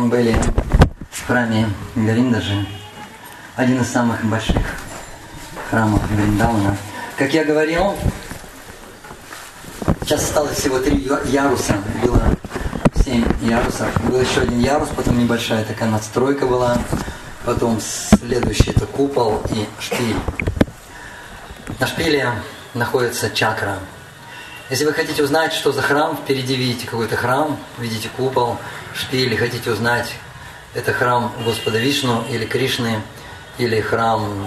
были в храме Говиндаджи, один из самых больших храмов Вриндавана. Как я говорил, сейчас осталось всего 3 яруса, было 7 ярусов. Был еще один ярус, потом небольшая такая надстройка была, потом следующий это купол и шпиль. На шпиле находится чакра. Если вы хотите узнать, что за храм, впереди видите какой-то храм, видите купол, шпиль, и хотите узнать, это храм Господа Вишну или Кришны, или храм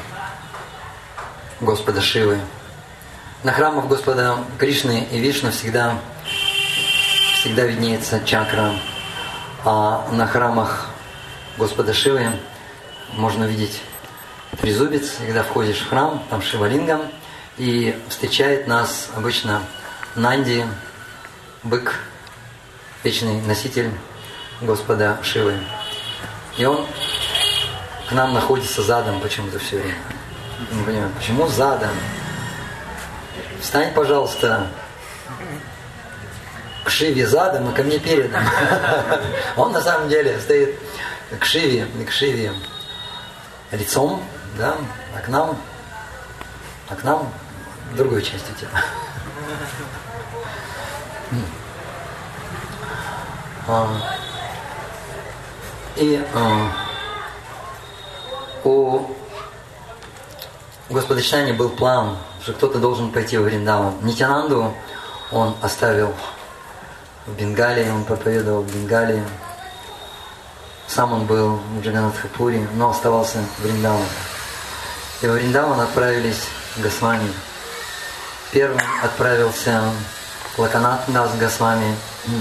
Господа Шивы. На храмах Господа Кришны и Вишну всегда виднеется чакра, а на храмах Господа Шивы можно увидеть трезубец. Когда входишь в храм, там Шивалингам, и встречает нас обычно Нанди, бык, вечный носитель Господа Шивы. И он к нам находится задом почему-то все время. Не понимаю, почему задом? Встань, пожалуйста, к Шиве задом, а ко мне передом. Он на самом деле стоит к Шиве лицом, да, а к нам другой частью тела. И у Господа Чайтаньи был план, что кто-то должен пойти в Вриндаван. Нитьянанду он оставил в Бенгалии, он проповедовал в Бенгалии. Сам он был в Джаганнатхапуре, но оставался в Вриндаване. И в Вриндаван отправились Госвами. Первым отправился Локанат Дас Госвами.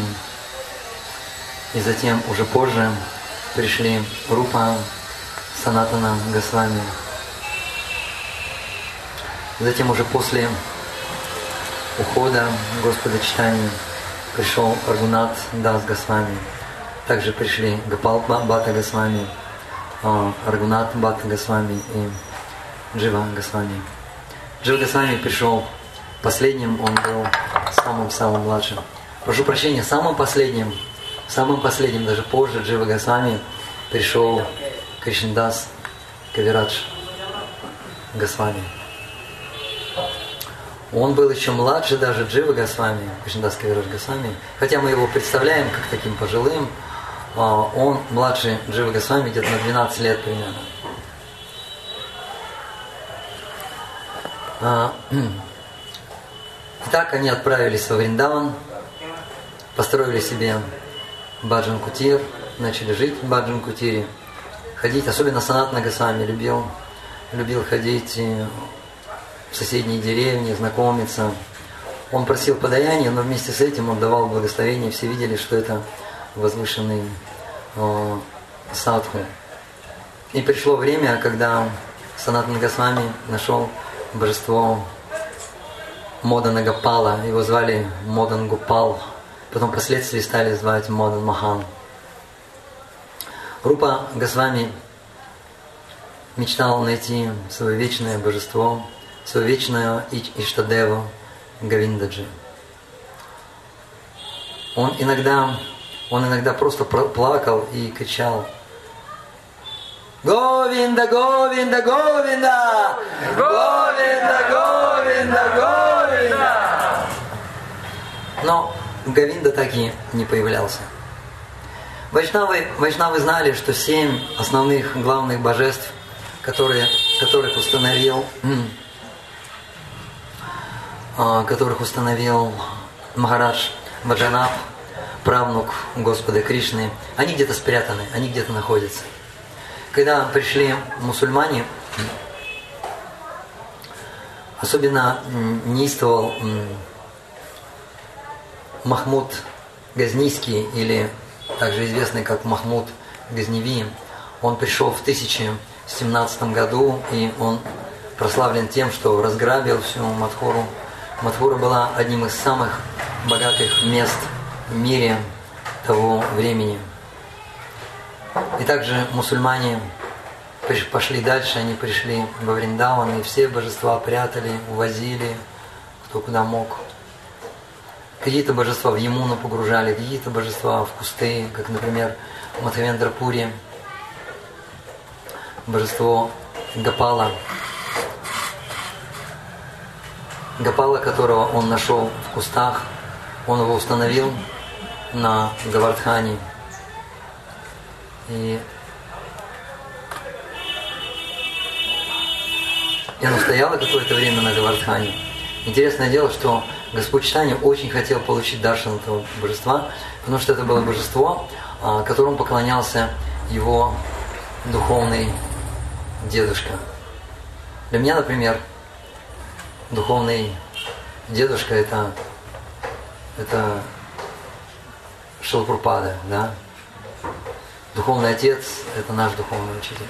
И затем, уже позже, пришли Рупа Санатана Госвами. Затем уже после ухода Господа Чайтаньи пришел Рагунат Дас Госвами. Также пришли Гопал Бхатта Госвами, Рагунат Бхатта Госвами и Джива Госвами. Джива Госвами пришел последним, он был самым младшим. Прошу прощения, самым последним, даже позже Джива Госвами пришел Кришнадас Кавирадж Госвами. Он был еще младше даже Джива Госвами, Кришнадас Кавирадж Госвами, хотя мы его представляем как таким пожилым, он младше Джива Госвами где-то на 12 лет примерно. Итак, они отправились во Вриндаван, построили себе баджан-кутир, начали жить в баджан-кутире, ходить, особенно Санатана Госвами любил ходить в соседние деревни, знакомиться. Он просил подаяния, но вместе с этим он давал благословение, все видели, что это возвышенный садху. И пришло время, когда Санатана Госвами нашел божество Модана Гопала, его звали Модан Гопал, потом впоследствии стали звать Модан Махан. Рупа Госвами мечтал найти свое вечное божество, свое вечное Иштадеву Говиндаджи. Он иногда просто плакал и кричал: Говинда, Говинда, Говинда! Говинда, Говинда, Говинда! Но Говинда так и не появлялся. Вайшнавы знали, что 7 основных главных божеств, которых установил Махарадж Баджанаб, правнук Господа Кришны, они где-то спрятаны, они где-то находятся. Когда пришли мусульмане, особенно неистовал Махмуд Газнийский, или также известный как Махмуд Газневи. Он пришел в 1017 году, и он прославлен тем, что разграбил всю Мадхуру. Мадхура была одним из самых богатых мест в мире того времени. И также мусульмане пошли дальше, они пришли во Вриндаван, и все божества прятали, увозили, кто куда мог. Какие-то божества в Ямуну погружали, какие-то божества в кусты, как, например, Мадхавендрапури божество Гопала. Гопала, которого он нашел в кустах, он его установил на Говардхане. И оно стояло какое-то время на Говардхане. Интересное дело, что Господь Чайтанья очень хотел получить даршан этого божества, потому что это было божество, которому поклонялся его духовный дедушка. Для меня, например, духовный дедушка это Шрила Прабхупада, да? Духовный отец это наш духовный учитель.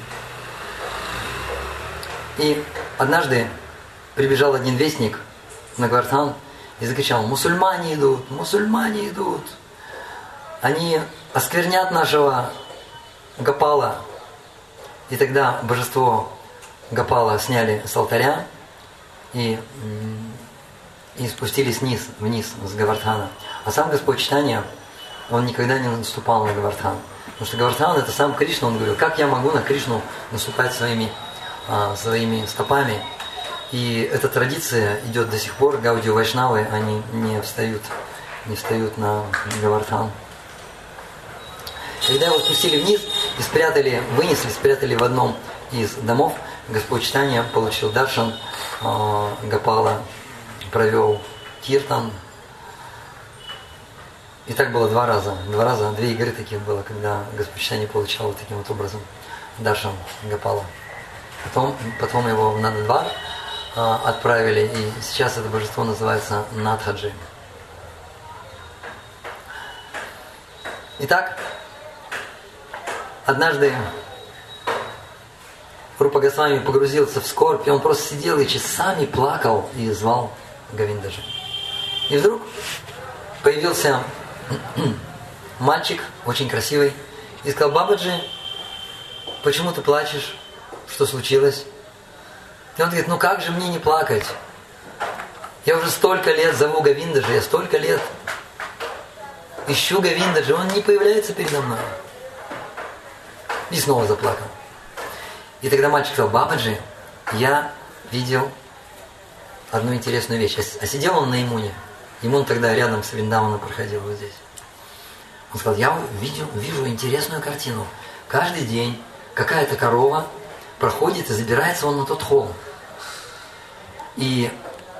И однажды прибежал один вестник на Говардхан и закричал: мусульмане идут, мусульмане идут. Они осквернят нашего Гопала. И тогда божество Гопала сняли с алтаря и спустились вниз с Говардхана. А сам Господь Чайтанья, он никогда не наступал на Говардхан. Потому что Говардхан это сам Кришна, он говорил: как я могу на Кришну наступать своими стопами? И эта традиция идет до сих пор. Гаудия Вайшнавы, они не встают на Говардхан. Когда его спустили вниз и спрятали в одном из домов, Господь Чайтанья получил даршан Гопала, провел киртан. И так было два раза, 2 игры таких было, когда Господь Чайтанья получал вот таким вот образом даршан Гопала. Потом его в Нандадвар отправили, и сейчас это божество называется Надхаджи. Итак, однажды Рупа Госвами погрузился в скорбь, и он просто сидел и часами плакал и звал Говиндаджи. И вдруг появился мальчик, очень красивый, и сказал: Бабаджи, почему ты плачешь? Что случилось? И он говорит: ну как же мне не плакать? Я уже столько лет зову Говиндаджи, я столько лет ищу Говиндаджи, он не появляется передо мной. И снова заплакал. И тогда мальчик сказал: Бабаджи, я видел одну интересную вещь. А сидел он на Ямуне. Ямун тогда рядом с Вриндаваном проходил вот здесь. Он сказал: я вижу интересную картину. Каждый день какая-то корова проходит и забирается он на тот холм. И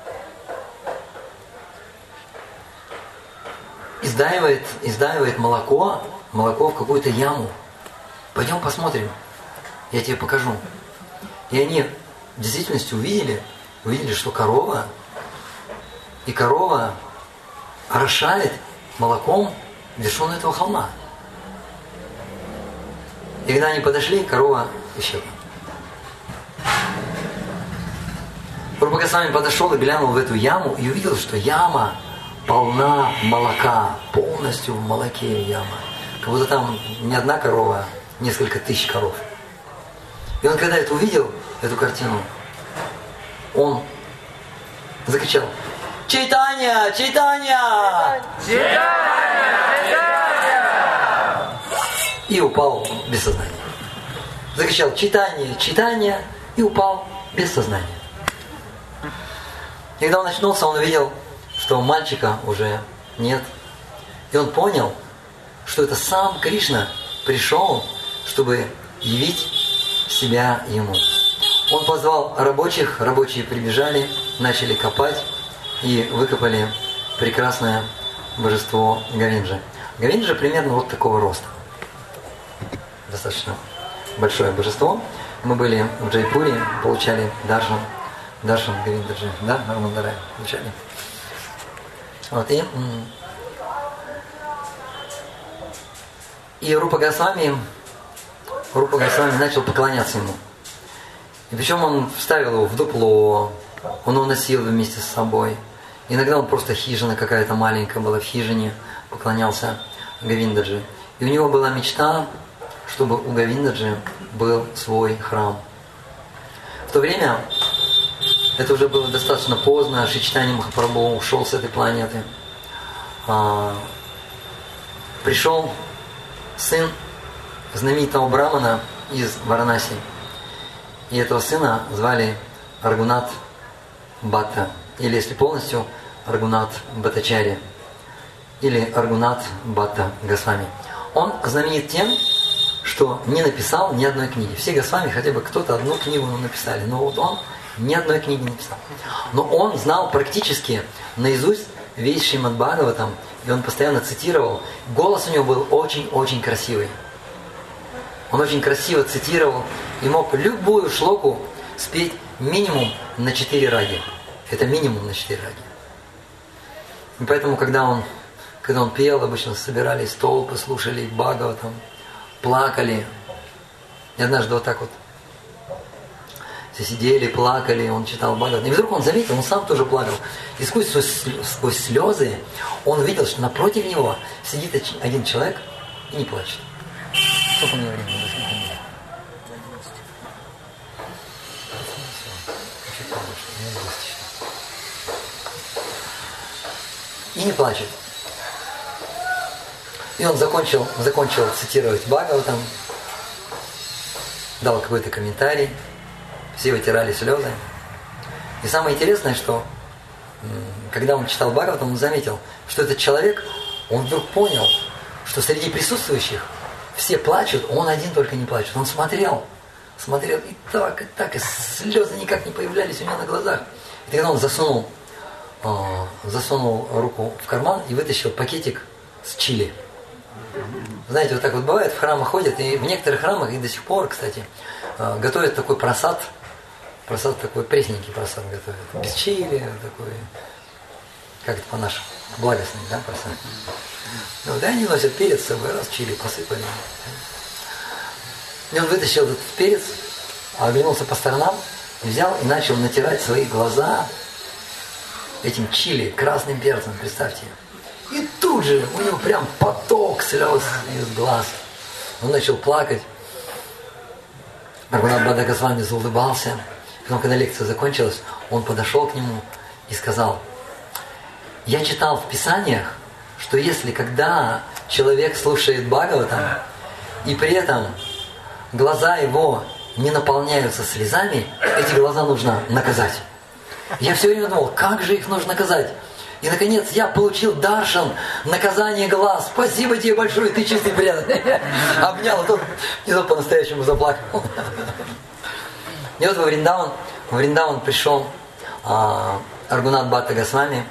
издаивает молоко в какую-то яму. Пойдем посмотрим, я тебе покажу. И они в действительности увидели, что корова орошает молоком вершину этого холма. И когда они подошли, корова исчезла. Рупа Госвами подошел и глянул в эту яму и увидел, что яма полна молока, полностью в молоке яма. Как будто там не одна корова, несколько тысяч коров. И он, когда это увидел, эту картину, он закричал: Чайтанья! Чайтанья! Чайтанья! И упал без сознания. Закричал: Чайтанья! Чайтанья! И упал без сознания. И когда он очнулся, он увидел, что мальчика уже нет. И он понял, что это сам Кришна пришел, чтобы явить себя ему. Он позвал рабочих, рабочие прибежали, начали копать и выкопали прекрасное божество Говинджи. Говинджи примерно вот такого роста. Достаточно большое божество. Мы были в Джайпуре, получали даршан Говиндаджи, да, Нармандарай получали. Вот, и Рупа Госвами начал поклоняться ему. И причем он вставил его в дупло, он его носил вместе с собой. Иногда он просто хижина какая-то маленькая была, в хижине поклонялся Говиндаджи. И у него была мечта, чтобы у Говиндаджи был свой храм. В то время, это уже было достаточно поздно, Шри Чайтанья Махапрабху ушел с этой планеты. Пришел сын знаменитого брамана из Варанаси. И этого сына звали Рагунат Бхатта, или если полностью, Рагунат Бхаттачарья, или Рагунат Бхатта Госвами. Он знаменит тем, что не написал ни одной книги. Все Госвами хотя бы кто-то одну книгу написали, но вот он ни одной книги не написал. Но он знал практически наизусть весь Шримад Бхагаватам, и он постоянно цитировал. Голос у него был очень-очень красивый. Он очень красиво цитировал и мог любую шлоку спеть минимум на 4 раги. Это минимум на 4 раги. И поэтому, когда он пел, обычно собирались толпы, слушали Бхагаватам, плакали. И однажды вот так вот все сидели, плакали, он читал Бхагаватам. И вдруг он заметил, он сам тоже плакал. И сквозь слезы он увидел, что напротив него сидит один человек и не плачет. Сколько у меня времени? И не плачет. И он закончил цитировать Бхагаватам, дал какой-то комментарий, все вытирали слезы. И самое интересное, что когда он читал Бхагаватам, он заметил, что этот человек, он вдруг понял, что среди присутствующих все плачут, он один только не плачет. Он смотрел, и так, и слезы никак не появлялись у него на глазах. И тогда он засунул руку в карман и вытащил пакетик с чили. Знаете, вот так вот бывает, в храмах ходят, и в некоторых храмах, и до сих пор, кстати, готовят такой просад такой пресненький просад готовят, без чили, такой, как это по-нашему, благостный, да, просад. Ну, да, они носят перец с собой, раз чили посыпали. И он вытащил этот перец, оглянулся по сторонам, взял и начал натирать свои глаза этим чили, красным перцем, представьте. И тут же у него прям поток слез из глаз. Он начал плакать. Рагунат Бхатта Госвами заулыбался. Потом, когда лекция закончилась, он подошел к нему и сказал: я читал в Писаниях, что если когда человек слушает Бхагаватам, и при этом глаза его не наполняются слезами, эти глаза нужно наказать. Я все время думал, как же их нужно наказать? И, наконец, я получил даршан, наказание глаз. Спасибо тебе большое, ты чистый преданный. Обнял, и тот по-настоящему заплакал. И вот во Вриндаван пришел Рагунат Бхатта Госвами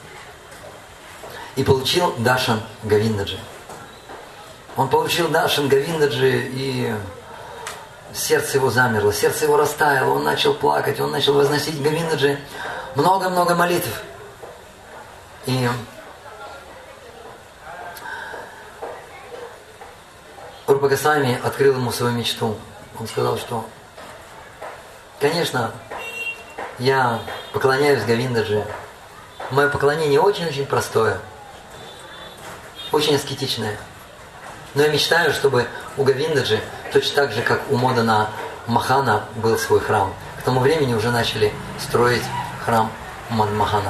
и получил даршан Говиндаджи. Он получил даршан Говиндаджи, и сердце его замерло, сердце его растаяло, он начал плакать, он начал возносить Говиндаджи много-много молитв. И Рупа Госвами открыл ему свою мечту. Он сказал, что, конечно, я поклоняюсь Говиндаджи. Мое поклонение очень-очень простое, очень аскетичное. Но я мечтаю, чтобы у Говиндаджи, точно так же, как у Модана Махана, был свой храм. К тому времени уже начали строить храм Модана Махана.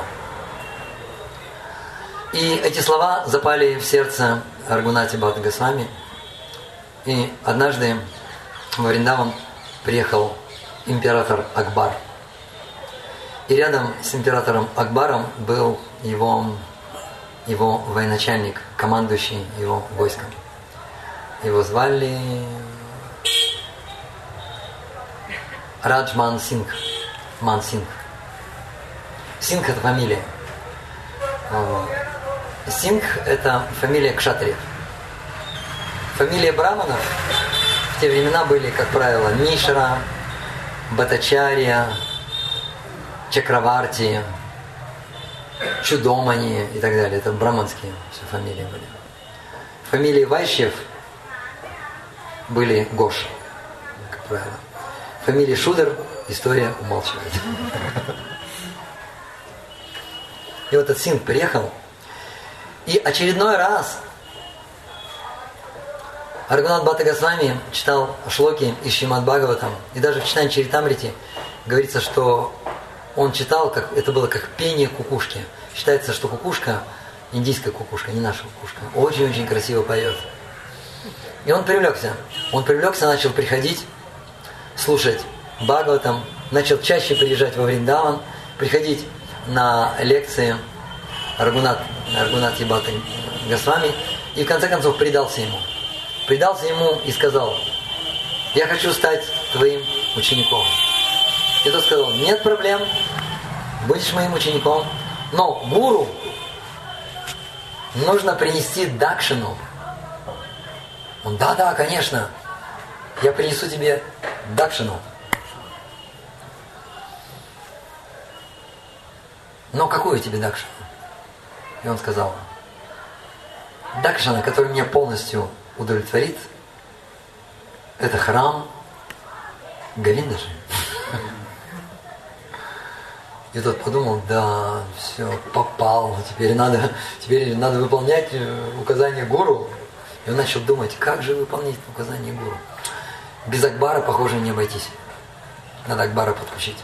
И эти слова запали в сердце Рагунати Бхатта Госвами. И однажды в Вриндаван приехал император Акбар. И рядом с императором Акбаром был его военачальник, командующий его войском. Его звали Раджман Сингх. Ман Сингх. Сингх — это фамилия. Сингх — это фамилия кшатриев. Фамилии браманов в те времена были, как правило, Мишра, Бхаттачарья, Чакраварти, Чудомани и так далее. Это браманские все фамилии были. Фамилии вайшьев были Гош, как правило. Фамилии Шудр история умалчивает. И вот этот Сингх приехал, и очередной раз Рагунат Бхатта Госвами читал шлоки из Шримад Бхагаватам, и даже в читании Чаритамрити говорится, что он читал, как это было как пение кукушки. Считается, что кукушка, индийская кукушка, не наша кукушка, очень-очень красиво поет. И он привлекся. Начал приходить, слушать Бхагаватам, начал чаще приезжать во Вриндаван, приходить на лекции Рагунат Бхатта Госвами, и в конце концов предался ему. Предался ему и сказал: я хочу стать твоим учеником. И тот сказал: нет проблем, будешь моим учеником, но гуру нужно принести дакшину. Он: да, конечно, я принесу тебе дакшину. Но какую тебе дакшину? И он сказал: дакшина, которая меня полностью удовлетворит, это храм Говиндаджи. И тот подумал: да, все, попал, теперь надо выполнять указания гуру. И он начал думать, как же выполнить указания гуру. Без Акбара, похоже, не обойтись. Надо Акбара подключить.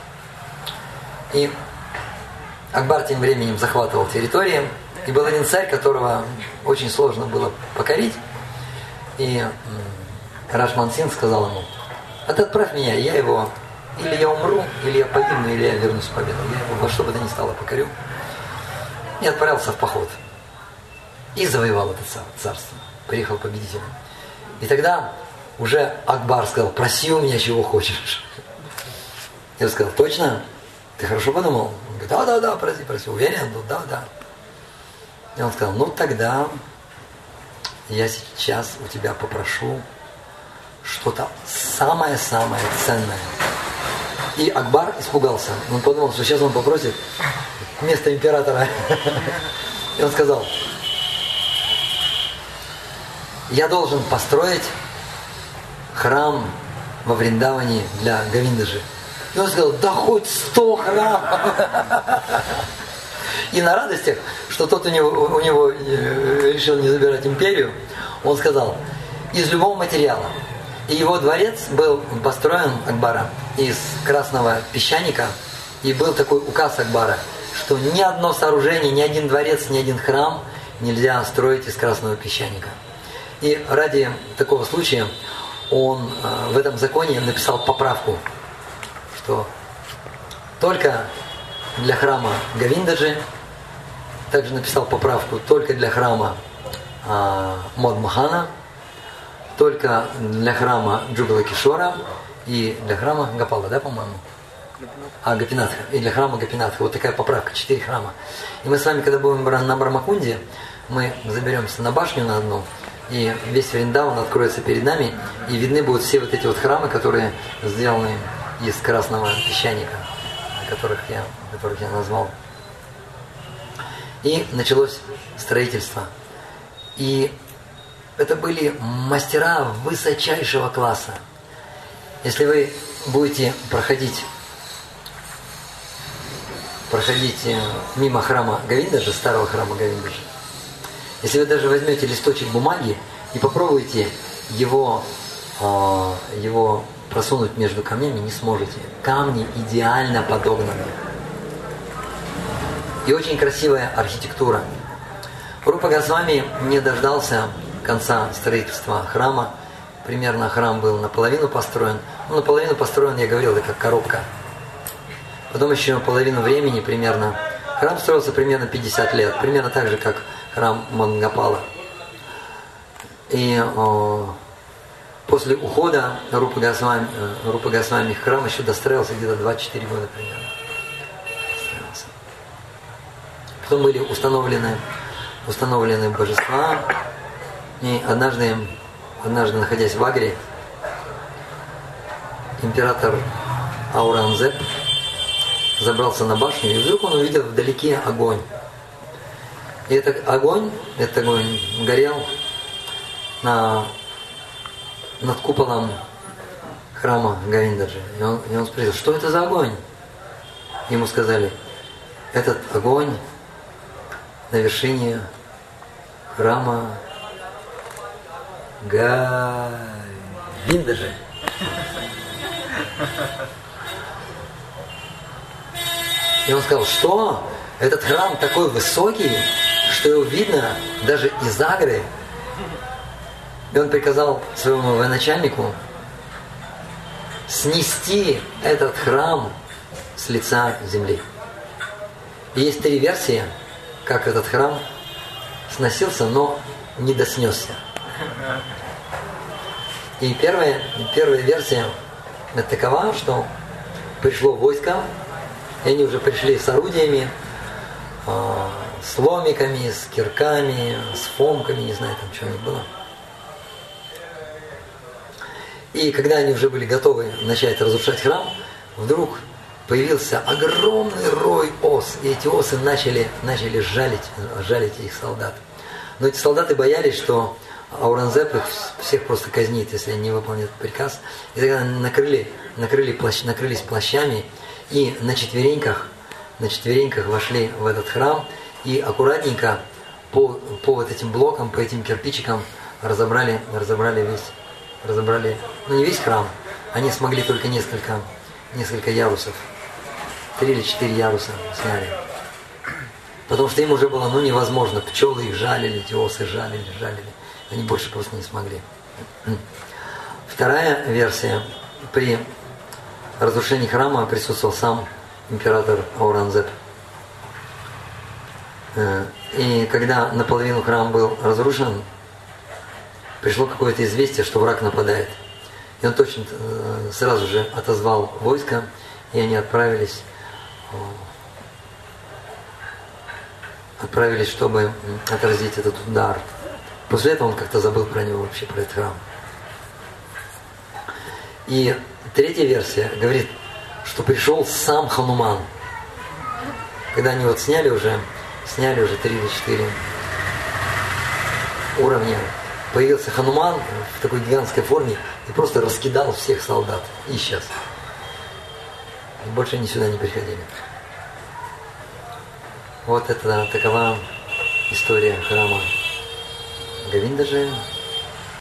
И Акбар тем временем захватывал территории. И был один царь, которого очень сложно было покорить. И Рашман Син сказал ему: а ты отправь меня, я его, или я умру, или я погибну, или я вернусь в победу. Я его во что бы то ни стало покорю. И отправился в поход. И завоевал это царство. Приехал победителем. И тогда уже Акбар сказал: проси у меня чего хочешь. Я сказал: точно? Ты хорошо подумал? Он говорит: да, проси. Уверен? Ну, да. И он сказал: ну тогда я сейчас у тебя попрошу что-то самое-самое ценное. И Акбар испугался. Он подумал, что сейчас он попросит вместо императора. И он сказал: я должен построить храм во Вриндаване для Говиндаджи. И он сказал: да хоть 100 храмов. И на радостях, что тот у него решил не забирать империю, он сказал: из любого материала. И его дворец был построен Акбара из красного песчаника. И был такой указ Акбара, что ни одно сооружение, ни один дворец, ни один храм нельзя строить из красного песчаника. И ради такого случая он в этом законе написал поправку, что только для храма Говиндаджи, также написал поправку только для храма Мадмахана, только для храма Джугалакишора и для храма Гопала, да, по-моему? Гопинатха. И для храма Гопинатха. Вот такая поправка, 4 храма. И мы с вами, когда будем на Брамакунде, мы заберемся на башню на одну, и весь Вриндаван откроется перед нами, и видны будут все вот эти вот храмы, которые сделаны из красного песчаника, которых я назвал. И началось строительство. И это были мастера высочайшего класса. Если вы будете проходить мимо храма Говиндаджи, старого храма Говиндаджи, если вы даже возьмете листочек бумаги и попробуете его просунуть между камнями, не сможете. Камни идеально подогнаны. И очень красивая архитектура. Рупа Госвами не дождался конца строительства храма. Примерно храм был наполовину построен. Ну, наполовину построен, я говорил, это как коробка. Потом еще половину времени примерно. Храм строился примерно 50 лет. Примерно так же, как храм Мангапала. И после ухода Рупа Госвами храм еще достроился где-то 24 года примерно. Потом были установлены божества. И однажды, находясь в Агре, император Аурангзеб забрался на башню, и вдруг он увидел вдалеке огонь. И этот огонь горел над куполом храма Говиндаджи. И он спросил: что это за огонь? Ему сказали: этот огонь на вершине храма Говиндаджи. И он сказал: что? Этот храм такой высокий, что его видно даже из Агры. И он приказал своему военачальнику снести этот храм с лица земли. И есть 3 версии, как этот храм сносился, но не доснесся. И первая версия это такова, что пришло войско, и они уже пришли с орудиями, с ломиками, с кирками, с фомками, не знаю, там что у них было. И когда они уже были готовы начать разрушать храм, вдруг появился огромный рой ос. И эти осы начали жалить их солдат. Но эти солдаты боялись, что Аурангзеб их всех просто казнит, если они не выполнят приказ. И тогда накрылись плащами и на четвереньках вошли в этот храм и аккуратненько по вот этим блокам, по этим кирпичикам разобрали, ну не весь храм, они смогли только несколько ярусов, 3 или 4 яруса сняли. Потому что им уже было невозможно, пчелы их жалили, эти осы жалили, они больше просто не смогли. Вторая версия, при разрушении храма присутствовал сам император Аурангзеб. И когда наполовину храм был разрушен, пришло какое-то известие, что враг нападает. И он точно сразу же отозвал войско, и они отправились, чтобы отразить этот удар. После этого он как-то забыл про него вообще, про этот храм. И третья версия говорит, что пришел сам Хануман. Когда они сняли уже 3 или 4 уровня, появился Хануман в такой гигантской форме и просто раскидал всех солдат. И исчез. И больше они сюда не приходили. Вот это такова история храма Говиндаджи.